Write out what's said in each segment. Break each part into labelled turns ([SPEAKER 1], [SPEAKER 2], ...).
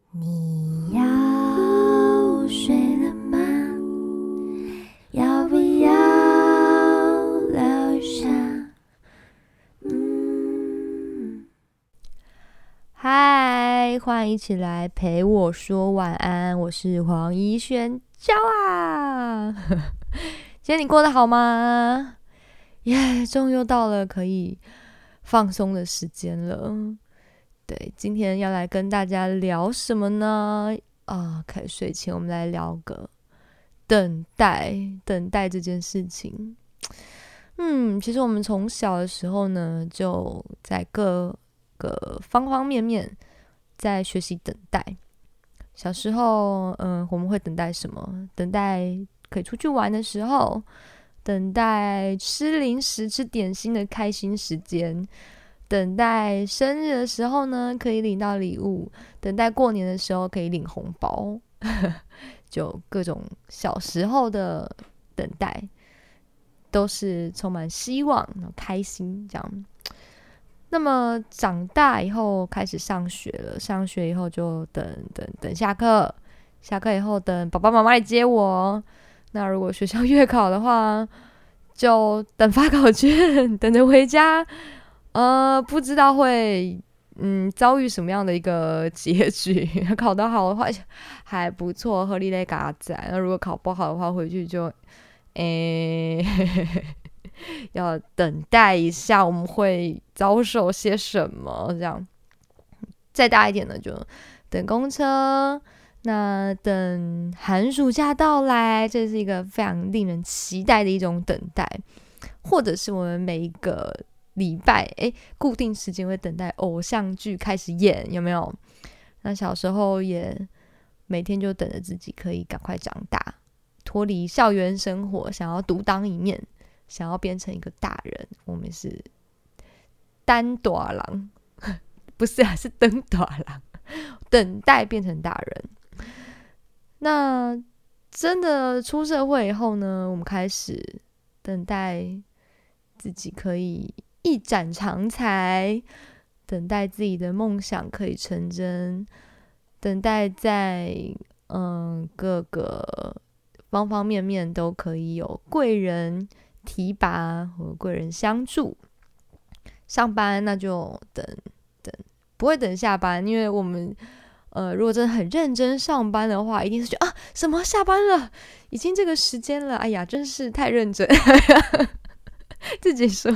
[SPEAKER 1] 你要睡了吗？要不要聊一下？嗨，欢迎一起来陪我说晚安，我是黄怡萱娇啊。今天你过得好吗？耶，终于又到了可以放松的时间了。对，今天要来跟大家聊什么呢？开始睡前我们来聊个等待这件事情。其实我们从小的时候呢，就在各个方方面面在学习等待。小时候，我们会等待什么？等待可以出去玩的时候，等待吃零食、吃点心的开心时间。等待生日的时候呢，可以领到礼物；等待过年的时候可以领红包，就各种小时候的等待，都是充满希望、开心这样。那么长大以后开始上学了，上学以后就等下课，下课以后等爸爸妈妈来接我。那如果学校月考的话，就等发考卷，等着回家。不知道会遭遇什么样的一个结局。考得好的话还不错，合理的嘎仔。那如果考不好的话，回去就要等待一下，我们会遭受些什么？这样，再大一点呢，就等公车。那等寒暑假到来，这是一个非常令人期待的一种等待，或者是我们每一个礼拜固定时间会等待偶像剧开始演，有没有？那小时候也每天就等着自己可以赶快长大，脱离校园生活，想要独当一面，想要变成一个大人。我们是单大郎，不是啊，是登大郎，等待变成大人。那真的出社会以后呢，我们开始等待自己可以一展长才，等待自己的梦想可以成真，等待在各个方方面面都可以有贵人提拔和贵人相助。上班那就等，不会等下班，因为我们如果真的很认真上班的话，一定是觉得什么下班了，已经这个时间了，哎呀，真是太认真。自己说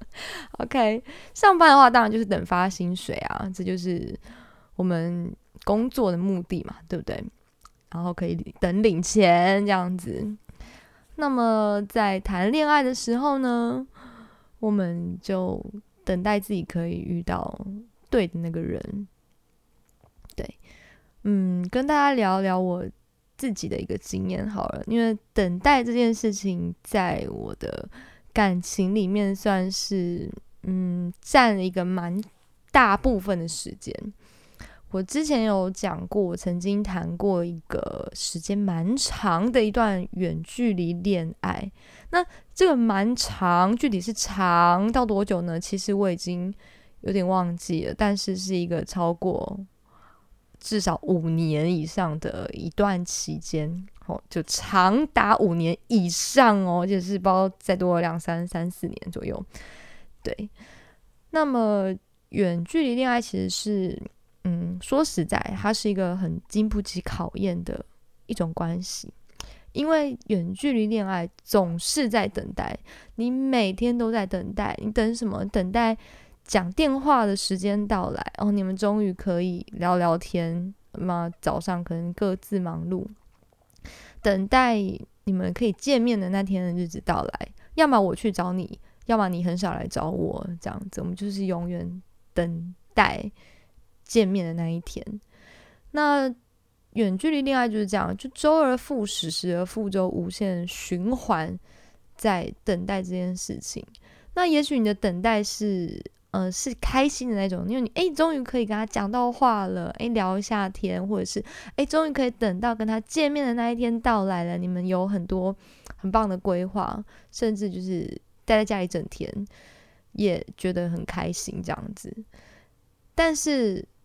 [SPEAKER 1] OK， 上班的话当然就是等发薪水啊，这就是我们工作的目的嘛，对不对？然后可以等领钱这样子。那么在谈恋爱的时候呢，我们就等待自己可以遇到对的那个人。对，跟大家聊聊我自己的一个经验好了，因为等待这件事情在我的感情里面算是占了一个蛮大部分的时间。我之前有讲过，我曾经谈过一个时间蛮长的一段远距离恋爱。那这个蛮长，具体是长到多久呢？其实我已经有点忘记了，但是是一个超过至少5年以上的一段期间，就长达5年以上哦，就是不知道再多了3、4年左右。对，那么远距离恋爱其实是，说实在，它是一个很经不起考验的一种关系，因为远距离恋爱总是在等待，你每天都在等待，你等什么？等待讲电话的时间到来，你们终于可以聊聊天。早上可能各自忙碌，等待你们可以见面的那天的日子到来，要么我去找你，要么你很少来找我，这样子我们就是永远等待见面的那一天。那远距离恋爱就是这样，就周而复始，时而复周，无限循环在等待这件事情。那也许你的等待是开心的那种，因为你终于可以跟他讲到话了，聊一下天，或者是终于可以等到跟他见面的那一天到来了，你们有很多很棒的规划，甚至就是待在家里整天也觉得很开心这样子。但是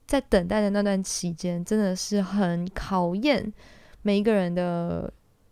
[SPEAKER 1] 在等待的那段期间，真的是很考验每一个人的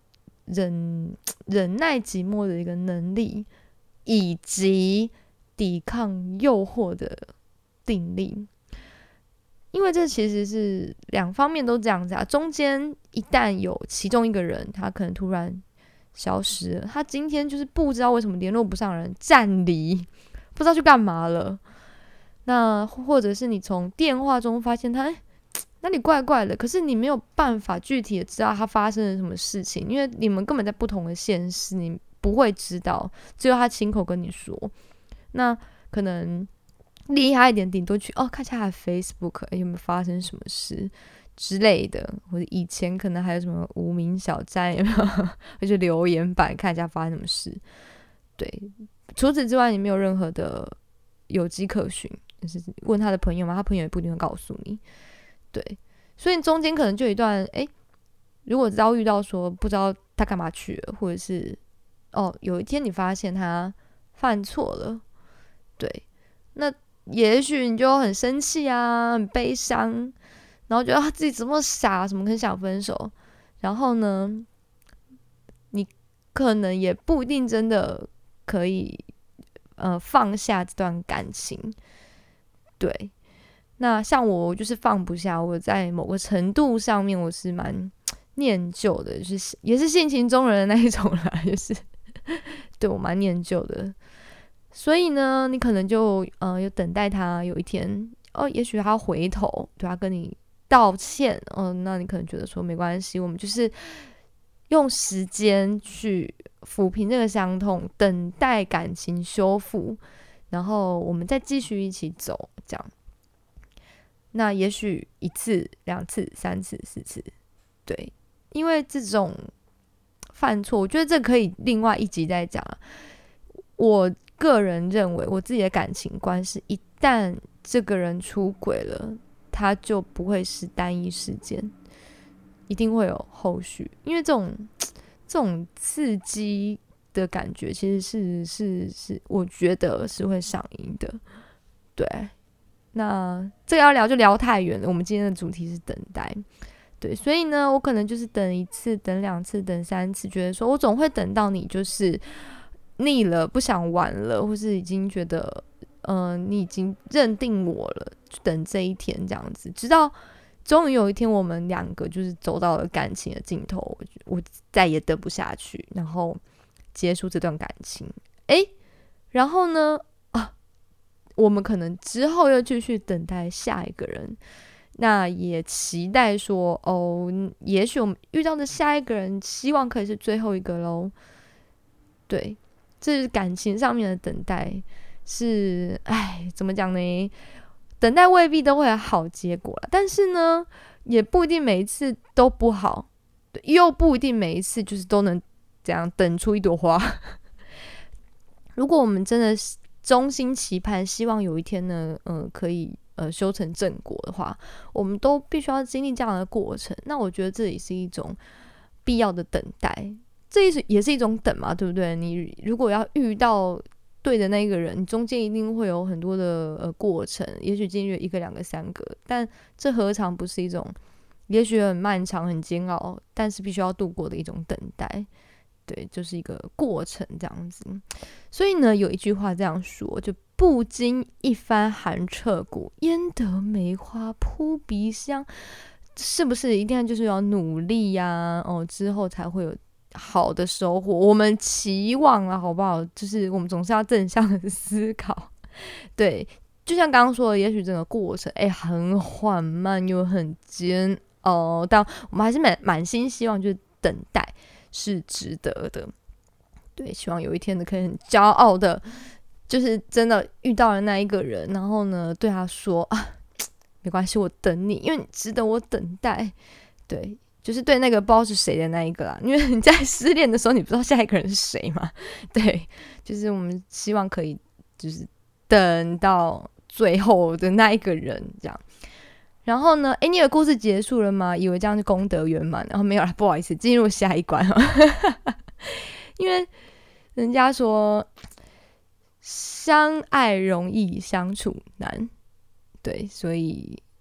[SPEAKER 1] 忍耐寂寞的一个能力，以及抵抗诱惑的定力。因为这其实是两方面都这样子啊，中间一旦有其中一个人他可能突然消失了，他今天就是不知道为什么联络不上人，暂离，不知道去干嘛了。那或者是你从电话中发现他哪里怪怪的，可是你没有办法具体的知道他发生了什么事情，因为你们根本在不同的县市，你不会知道，只有他亲口跟你说。那可能厉害一点，顶多去看一下他的 Facebook，有没有发生什么事之类的，或者以前可能还有什么无名小站有没有，或者留言板看一下发生什么事。对，除此之外你没有任何的有迹可循，就是问他的朋友嘛，他朋友也不一定会告诉你。对，所以中间可能就有一段如果遭遇到说不知道他干嘛去了，或者是有一天你发现他犯错了，对，那也许你就很生气啊，很悲伤，然后觉得自己怎么傻，怎么很想分手。然后呢，你可能也不一定真的可以放下这段感情。对，那像我就是放不下，我在某个程度上面我是蛮念旧的，就是也是性情中人的那一种啦，就是对我蛮念旧的。所以呢，你可能就有等待他有一天也许他回头对他跟你道歉，那你可能觉得说没关系，我们就是用时间去抚平这个伤痛，等待感情修复，然后我们再继续一起走，这样。那也许1次、2次、3次、4次，对，因为这种犯错，我觉得这可以另外一集再讲。我个人认为，我自己的感情观是，一旦这个人出轨了，他就不会是单一事件，一定会有后续。因为这种刺激的感觉，其实是我觉得是会上瘾的。对，那这个要聊就聊太远了。我们今天的主题是等待，对，所以呢，我可能就是等1次、等2次、等3次，觉得说我总会等到你就是腻了，不想玩了，或是已经觉得你已经认定我了，就等这一天这样子，直到终于有一天我们2个就是走到了感情的尽头，我再也等不下去，然后结束这段感情。然后呢我们可能之后又继续等待下一个人，那也期待说也许我们遇到的下一个人希望可以是最后一个咯。对，这是感情上面的等待，是怎么讲呢，等待未必都会有好结果啦，但是呢也不一定每一次都不好，又不一定每一次就是都能这样等出一朵花。如果我们真的衷心期盼希望有一天呢可以修成正果的话，我们都必须要经历这样的过程。那我觉得这也是一种必要的等待，这也是一种等嘛，对不对？你如果要遇到对的那个人，你中间一定会有很多的过程，也许经历1个、2个、3个，但这何尝不是一种也许很漫长很煎熬，但是必须要度过的一种等待。对，就是一个过程这样子。所以呢，有一句话这样说，就不经一番寒彻骨，焉得梅花扑鼻香。是不是一定就是要努力呀之后才会有好的收获？我们期望啊，好不好？就是我们总是要正向的思考。对，就像刚刚说的，也许整个过程很缓慢又很煎熬，但我们还是满心希望，就是等待是值得的。对，希望有一天呢，可以很骄傲的，就是真的遇到了那一个人，然后呢，对他说没关系，我等你，因为你值得我等待。对，就是对那个不知道是谁的那一个啦，因为你在失恋的时候，你不知道下一个人是谁嘛。对，就是我们希望可以，就是等到最后的那一个人这样。然后呢，你的故事结束了吗？以为这样就功德圆满，然后没有啦，不好意思，进入下一关因为人家说相爱容易相处难，对，所以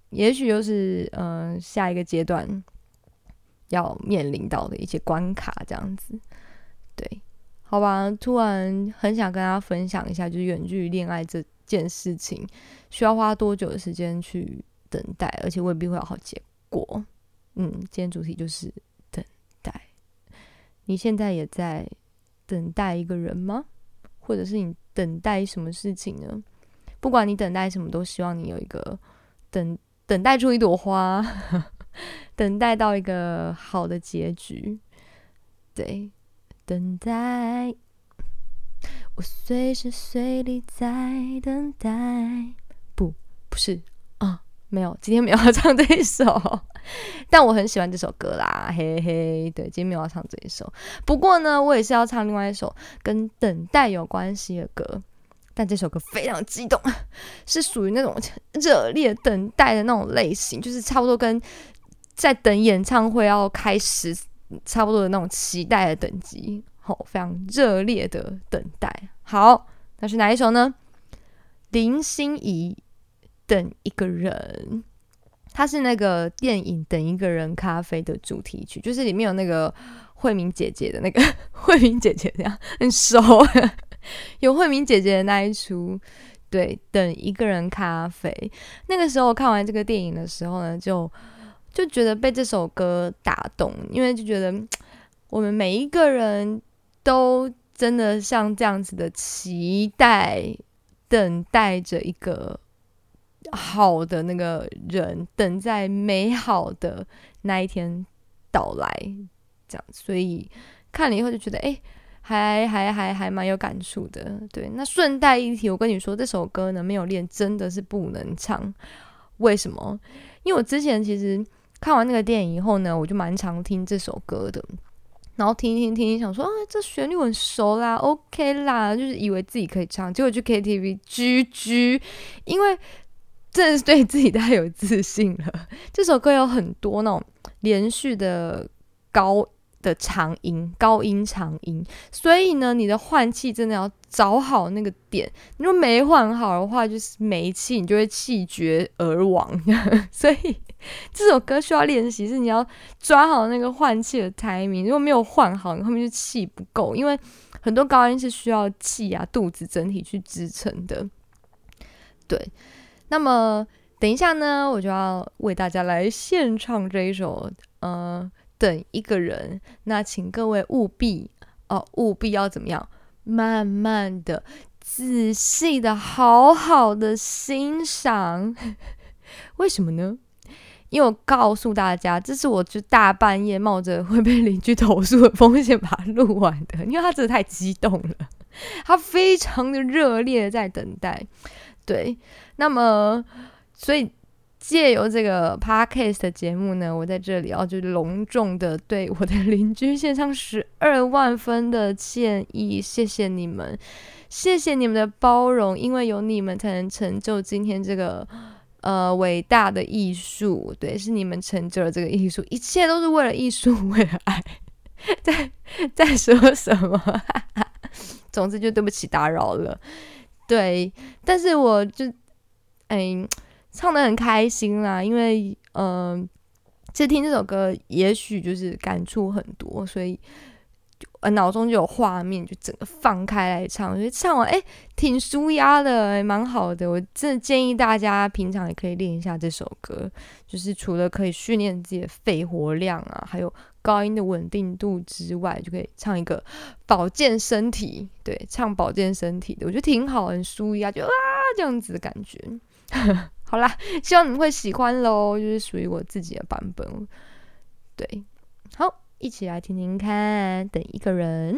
[SPEAKER 1] 也许就是下一个阶段要面临到的一些关卡这样子。对，好吧，突然很想跟大家分享一下，就是远距离恋爱这件事情需要花多久的时间去等待，而且未必会有好结果。今天主题就是等待。你现在也在等待一个人吗？或者是你等待什么事情呢？不管你等待什么，都希望你有一个等待出一朵花等待到一个好的结局。对，等待，我随时随地在等待。不是没有，今天没有要唱这一首但我很喜欢这首歌啦，嘿嘿。对，今天没有要唱这一首，不过呢我也是要唱另外一首跟等待有关系的歌，但这首歌非常激动，是属于那种热烈等待的那种类型，就是差不多跟在等演唱会要开始差不多的那种期待的等级，非常热烈的等待。好，那是哪一首呢？林心怡等一个人，它是那个电影《等一个人咖啡》的主题曲，就是里面有那个慧敏姐姐的那个慧敏姐姐这样很熟有慧敏姐姐的那一出，对，等一个人咖啡。那个时候看完这个电影的时候呢，就觉得被这首歌打动，因为就觉得我们每一个人都真的像这样子的期待等待着一个好的那个人，等在美好的那一天到来这样，所以看了以后就觉得还蛮有感触的。对，那顺带一提，我跟你说这首歌呢没有练真的是不能唱。为什么？因为我之前其实看完那个电影以后呢，我就蛮常听这首歌的，然后听想说这旋律很熟啦 OK 啦，就是以为自己可以唱，结果去 KTV GG， 因为真的是对自己太有自信了。这首歌有很多那种连续的高音长音，所以呢你的换气真的要找好那个点，你如果没换好的话就是没气，你就会气绝而亡所以这首歌需要练习，是你要抓好那个换气的 timing， 如果没有换好，你后面就气不够，因为很多高音是需要气啊肚子整体去支撑的。对，那么等一下呢我就要为大家来献唱这一首等一个人，那请各位务必要怎么样，慢慢的仔细的好好的欣赏为什么呢？因为我告诉大家，这是我就大半夜冒着会被邻居投诉的风险把它录完的，因为他真的太激动了，他非常的热烈在等待。对，那么所以借由这个 podcast 的节目呢，我在这里就隆重的对我的邻居献上12万分的歉意，谢谢你们，谢谢你们的包容，因为有你们才能成就今天这个伟大的艺术。对，是你们成就了这个艺术，一切都是为了艺术，为了爱在说什么总之就对不起打扰了。对，但是我就唱得很开心啦，因为其实听这首歌也许就是感触很多，所以脑中就有画面，就整个放开来唱，我觉得唱完挺舒压的，蛮好的。我真的建议大家平常也可以练一下这首歌，就是除了可以训练自己的肺活量啊，还有高音的稳定度之外，就可以唱一个保健身体，对，唱保健身体的，我觉得挺好，很舒压，就这样子的感觉好啦，希望你们会喜欢咯，就是属于我自己的版本。对，好，一起来听听看，等一个人。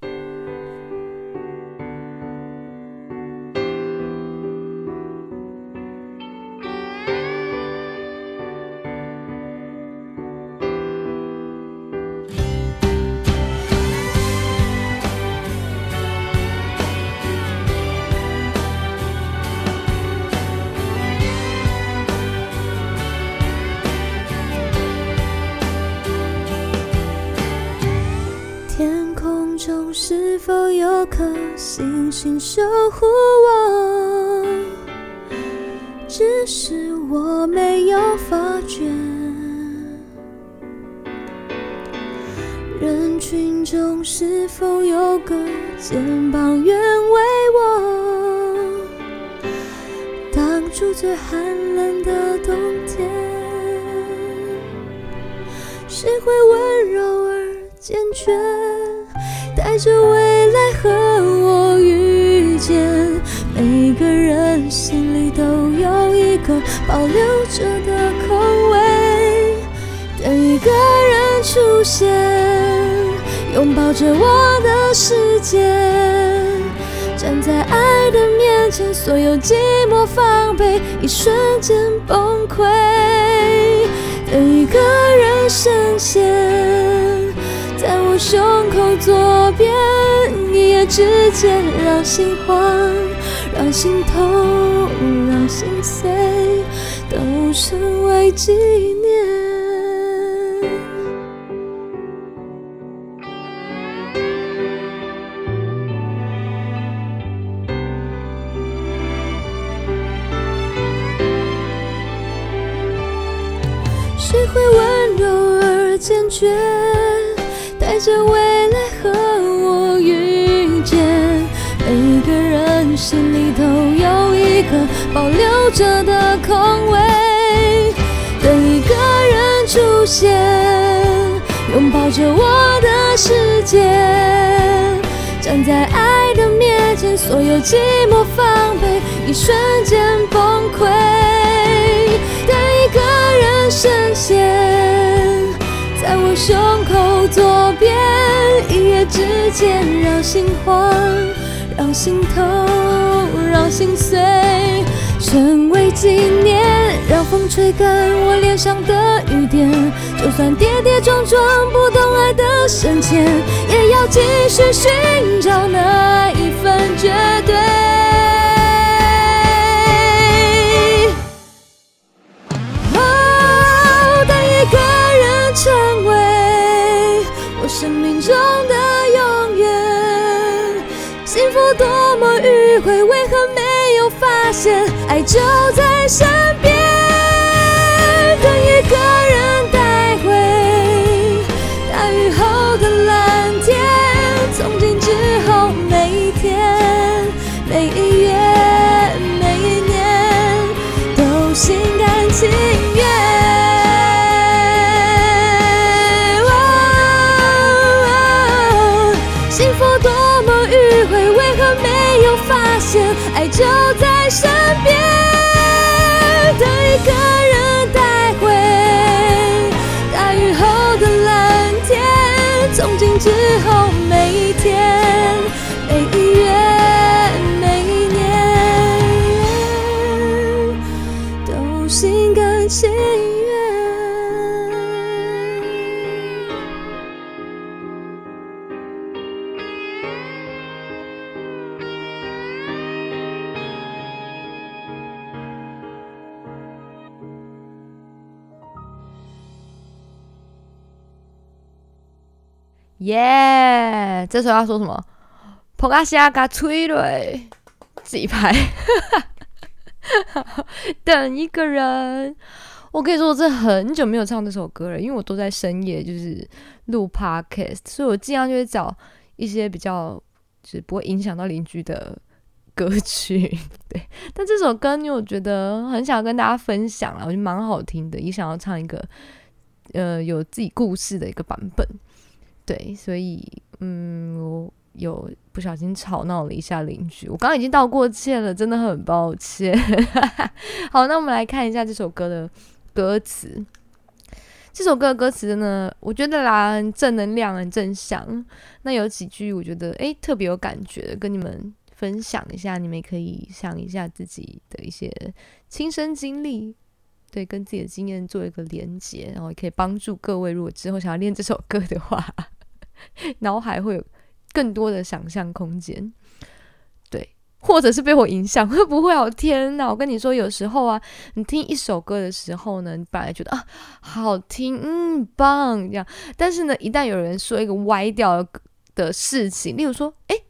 [SPEAKER 2] 是否有颗星星守护我？只只是我没有发觉。人群中是否有个肩膀愿为我挡住最寒冷的冬天？谁会温柔而坚决，带着未来和我遇见？每个人心里都有一个保留着的空位，等一个人出现，拥抱着我的世界。站在爱的面前，所有寂寞防备一瞬间崩溃。等一个人深陷在我胸口左边，一夜之间让心慌，让心痛，让心碎，都成为纪念。谁会温柔而坚决，带着未来和我遇见？每个人心里都有一个保留着的空位，等一个人出现，拥抱着我的世界。站在爱的面前，所有寂寞防备一瞬间崩溃。等一个人深陷在我胸口左边，一夜之间让心慌，让心痛，让心碎，成为纪念。让风吹干我脸上的雨点，就算跌跌撞撞不懂爱的深浅，也要继续寻找那一份绝对。成为我生命中的永远，幸福多么迂回，为何没有发现爱就在身边？等一个人带回大雨后的蓝天，从今之后每一天每一月每一年都心甘情愿。爱就在身边，等一个人带回大雨后的蓝天，从今之后每一天每一月每一年都心甘情愿。
[SPEAKER 1] 耶！这时候要说什么？扑卡虾嘎吹嘞，自己拍。等一个人，我跟你说，我真的很久没有唱这首歌了，因为我都在深夜就是录 podcast， 所以我尽量就会找一些比较就是不会影响到邻居的歌曲。对，但这首歌因为我觉得很想跟大家分享啦，我觉得蛮好听的，也想要唱一个有自己故事的一个版本。对，所以我有不小心吵闹了一下邻居，我刚刚已经道过歉了，真的很抱歉。好，那我们来看一下这首歌的歌词。这首歌的歌词呢，我觉得啦很正能量，很正向。那有几句我觉得特别有感觉，跟你们分享一下，你们也可以想一下自己的一些亲身经历。对，跟自己的经验做一个连结，然后也可以帮助各位，如果之后想要练这首歌的话，脑海会有更多的想象空间。对，或者是被我影响，会不会？天哪！我跟你说，有时候啊，你听一首歌的时候呢，你本来觉得好听，棒这样，但是呢，一旦有人说一个歪掉的事情，例如说，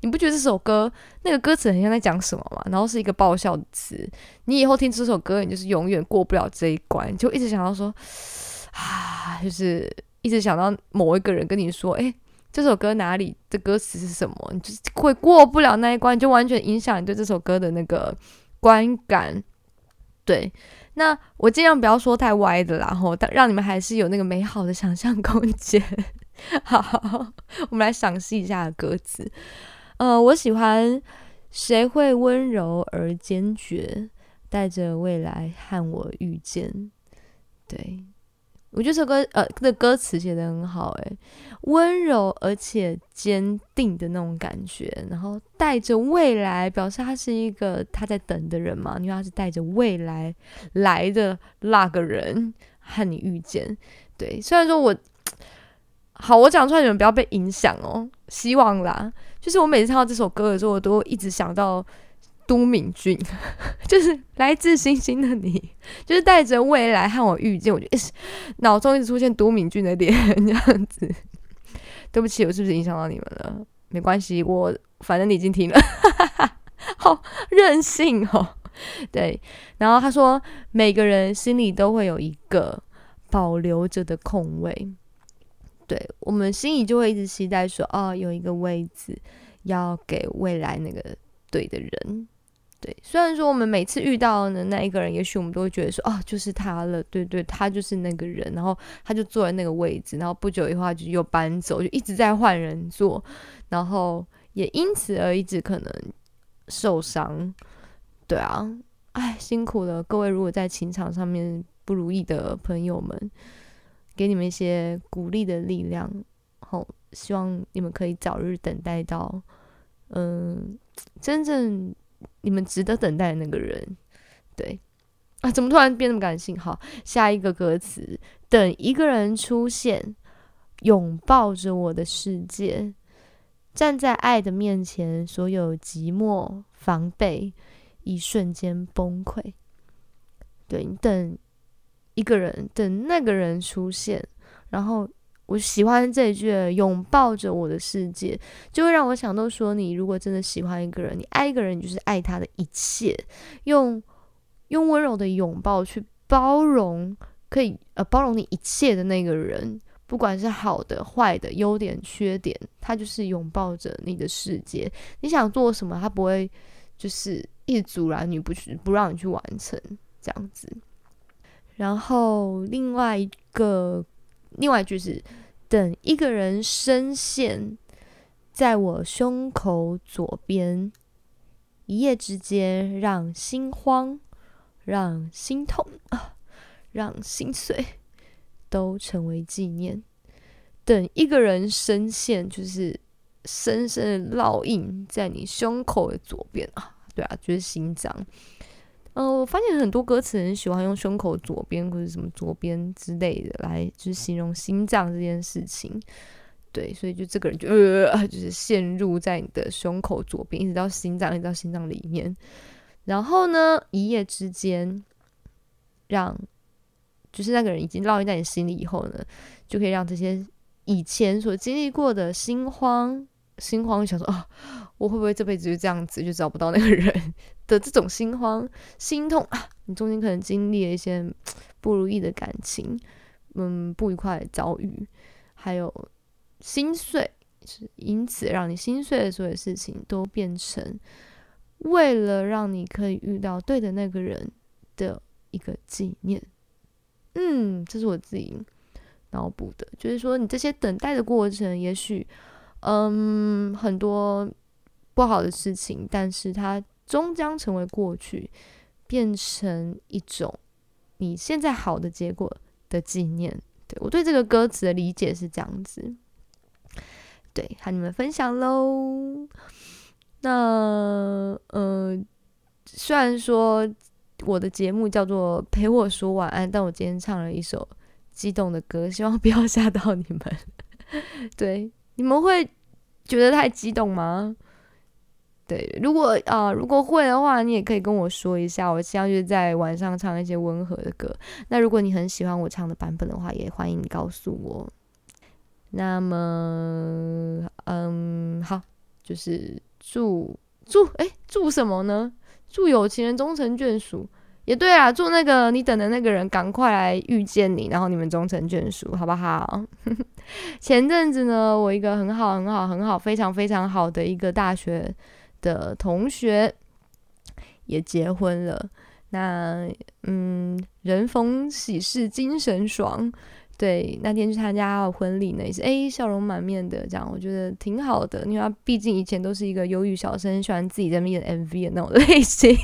[SPEAKER 1] 你不觉得这首歌那个歌词很像在讲什么吗？然后是一个爆笑的词，你以后听这首歌，你就是永远过不了这一关，就一直想到说就是一直想到某一个人跟你说，这首歌哪里的歌词是什么，你就是会过不了那一关，就完全影响你对这首歌的那个观感。对，那我尽量不要说太歪的啦，但让你们还是有那个美好的想象空间。好，我们来赏析一下歌词。我喜欢谁会温柔而坚决，带着未来和我遇见。对，我觉得这首歌的歌词写得很好，温柔而且坚定的那种感觉，然后带着未来，表示他是一个他在等的人嘛，因为他是带着未来来的那个人和你遇见。对，虽然说我讲出来你们不要被影响哦，希望啦。就是我每次唱到这首歌的时候，我都一直想到都敏俊，就是来自星星的你，就是带着未来和我遇见。我就脑中一直出现都敏俊的脸这样子。对不起，我是不是影响到你们了？没关系，反正你已经听了，好任性哦。对，然后他说，每个人心里都会有一个保留着的空位。对，我们心里就会一直期待说，有一个位置要给未来那个对的人。对，虽然说我们每次遇到的那一个人，也许我们都会觉得说，就是他了，对，他就是那个人，然后他就坐在那个位置，然后不久以后他就又搬走，就一直在换人坐，然后也因此而一直可能受伤。对啊，辛苦了各位，如果在情场上面不如意的朋友们，给你们一些鼓励的力量，希望你们可以早日等待到真正你们值得等待的那个人。对怎么突然变那么感性？好，下一个歌词，等一个人出现，拥抱着我的世界，站在爱的面前，所有寂寞防备一瞬间崩溃。对，你等一个人，等那个人出现，然后我喜欢这一句拥抱着我的世界，就会让我想到说，你如果真的喜欢一个人，你爱一个人，你就是爱他的一切，用温柔的拥抱去包容，可以包容你一切的那个人，不管是好的坏的优点缺点，他就是拥抱着你的世界，你想做什么他不会就是一直阻拦你，不让你去完成这样子。然后另外一句是，等一个人深陷在我胸口左边，一夜之间让心慌，让心痛，让心碎都成为纪念。等一个人深陷，就是深深的烙印在你胸口的左边对就是心脏。我发现很多歌词很喜欢用胸口左边或者什么左边之类的来就是形容心脏这件事情。对，所以就这个人就是陷入在你的胸口左边，一直到心脏里面。然后呢，一夜之间让就是那个人已经烙印在你心里以后呢，就可以让这些以前所经历过的心慌想说我会不会这辈子就这样子就找不到那个人的这种心慌心痛你中间可能经历了一些不如意的感情，不愉快的遭遇，还有心碎，因此让你心碎的所有事情都变成为了让你可以遇到对的那个人的一个纪念。这是我自己脑补的，就是说你这些等待的过程，也许很多不好的事情，但是它终将成为过去，变成一种你现在好的结果的纪念。对，我对这个歌词的理解是这样子，对，和你们分享咯。那虽然说我的节目叫做陪我说晚安，但我今天唱了一首激动的歌，希望不要吓到你们。对，你们会觉得太激动吗？对，如果会的话，你也可以跟我说一下，我希望就是在晚上唱一些温和的歌。那如果你很喜欢我唱的版本的话，也欢迎你告诉我。那么好，就是祝什么呢？祝有情人终成眷属。也对啦，祝那个你等的那个人赶快来遇见你，然后你们终成眷属，好不好？前阵子呢，我一个很好、非常非常好的一个大学的同学也结婚了。那人逢喜事精神爽，对，那天去参加他的婚礼呢，也是笑容满面的，这样我觉得挺好的，因为他毕竟以前都是一个忧郁小生，喜欢自己在那边演 MV 的那种类型。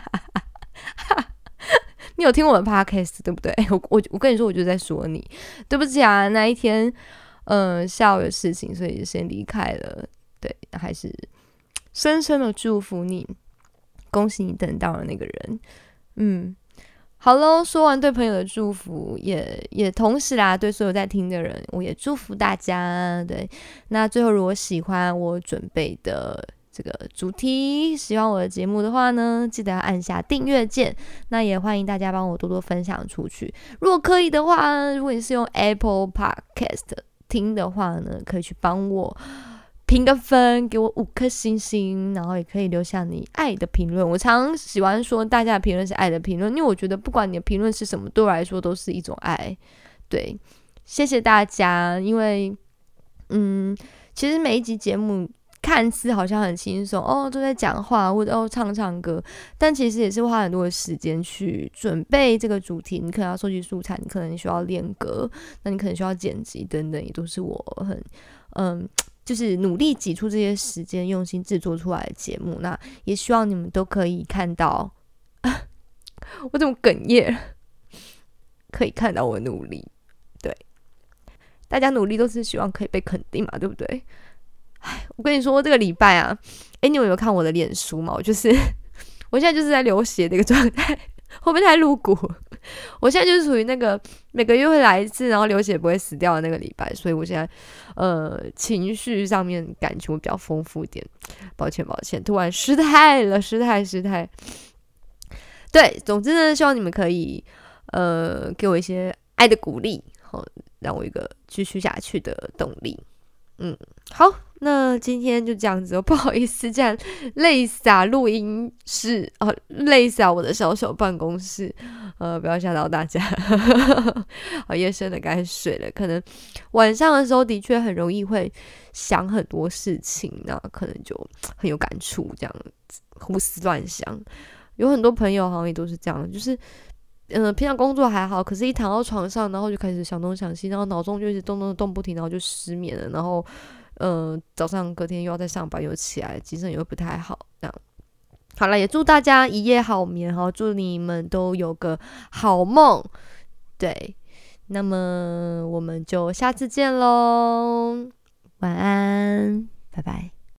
[SPEAKER 1] 你有听我的 podcast 对不对？我跟你说，我就在说你，对不起啊，那一天下午有事情，所以就先离开了。对，还是深深的祝福你，恭喜你等到了那个人。好咯，说完对朋友的祝福，也同时啦，对所有在听的人，我也祝福大家。对，那最后如果喜欢我准备的这个主题，喜欢我的节目的话呢，记得要按下订阅键。那也欢迎大家帮我多多分享出去。如果可以的话，如果你是用 Apple Podcast 听的话呢，可以去帮我评个分，给我5颗星星，然后也可以留下你爱的评论。我常喜欢说大家的评论是爱的评论，因为我觉得不管你的评论是什么，对我来说都是一种爱。对，谢谢大家。因为其实每一集节目看似好像很轻松都在讲话或者唱歌，但其实也是花很多的时间去准备这个主题。你可能要收集素材，你可能需要练歌，那你可能需要剪辑等等，也都是我很就是努力挤出这些时间，用心制作出来的节目。那也希望你们都可以看到我怎么哽咽了，可以看到我努力。对，大家努力都是希望可以被肯定嘛，对不对？我跟你说，这个礼拜啊，你有没有看我的脸书嘛？我现在就是在流血的一个状态，会不会太露骨？我现在就是属于那个每个月会来一次，然后流血不会死掉的那个礼拜，所以我现在情绪上面感情会比较丰富一点。抱歉，突然失态了，失态。对，总之呢，希望你们可以给我一些爱的鼓励，让我一个继续下去的动力。好，那今天就这样子不好意思，这样累洒录音室累洒我的小办公室，不要吓到大家。夜深了，该睡了。可能晚上的时候的确很容易会想很多事情，那可能就很有感触，这样胡思乱想。有很多朋友好像也都是这样，就是平常工作还好，可是一躺到床上，然后就开始想东想西，然后脑中就一直动不停，然后就失眠了，然后早上隔天又要再上班，又起来，精神又不太好，这样。好了，也祝大家一夜好眠，祝你们都有个好梦。对，那么我们就下次见咯，晚安，拜拜。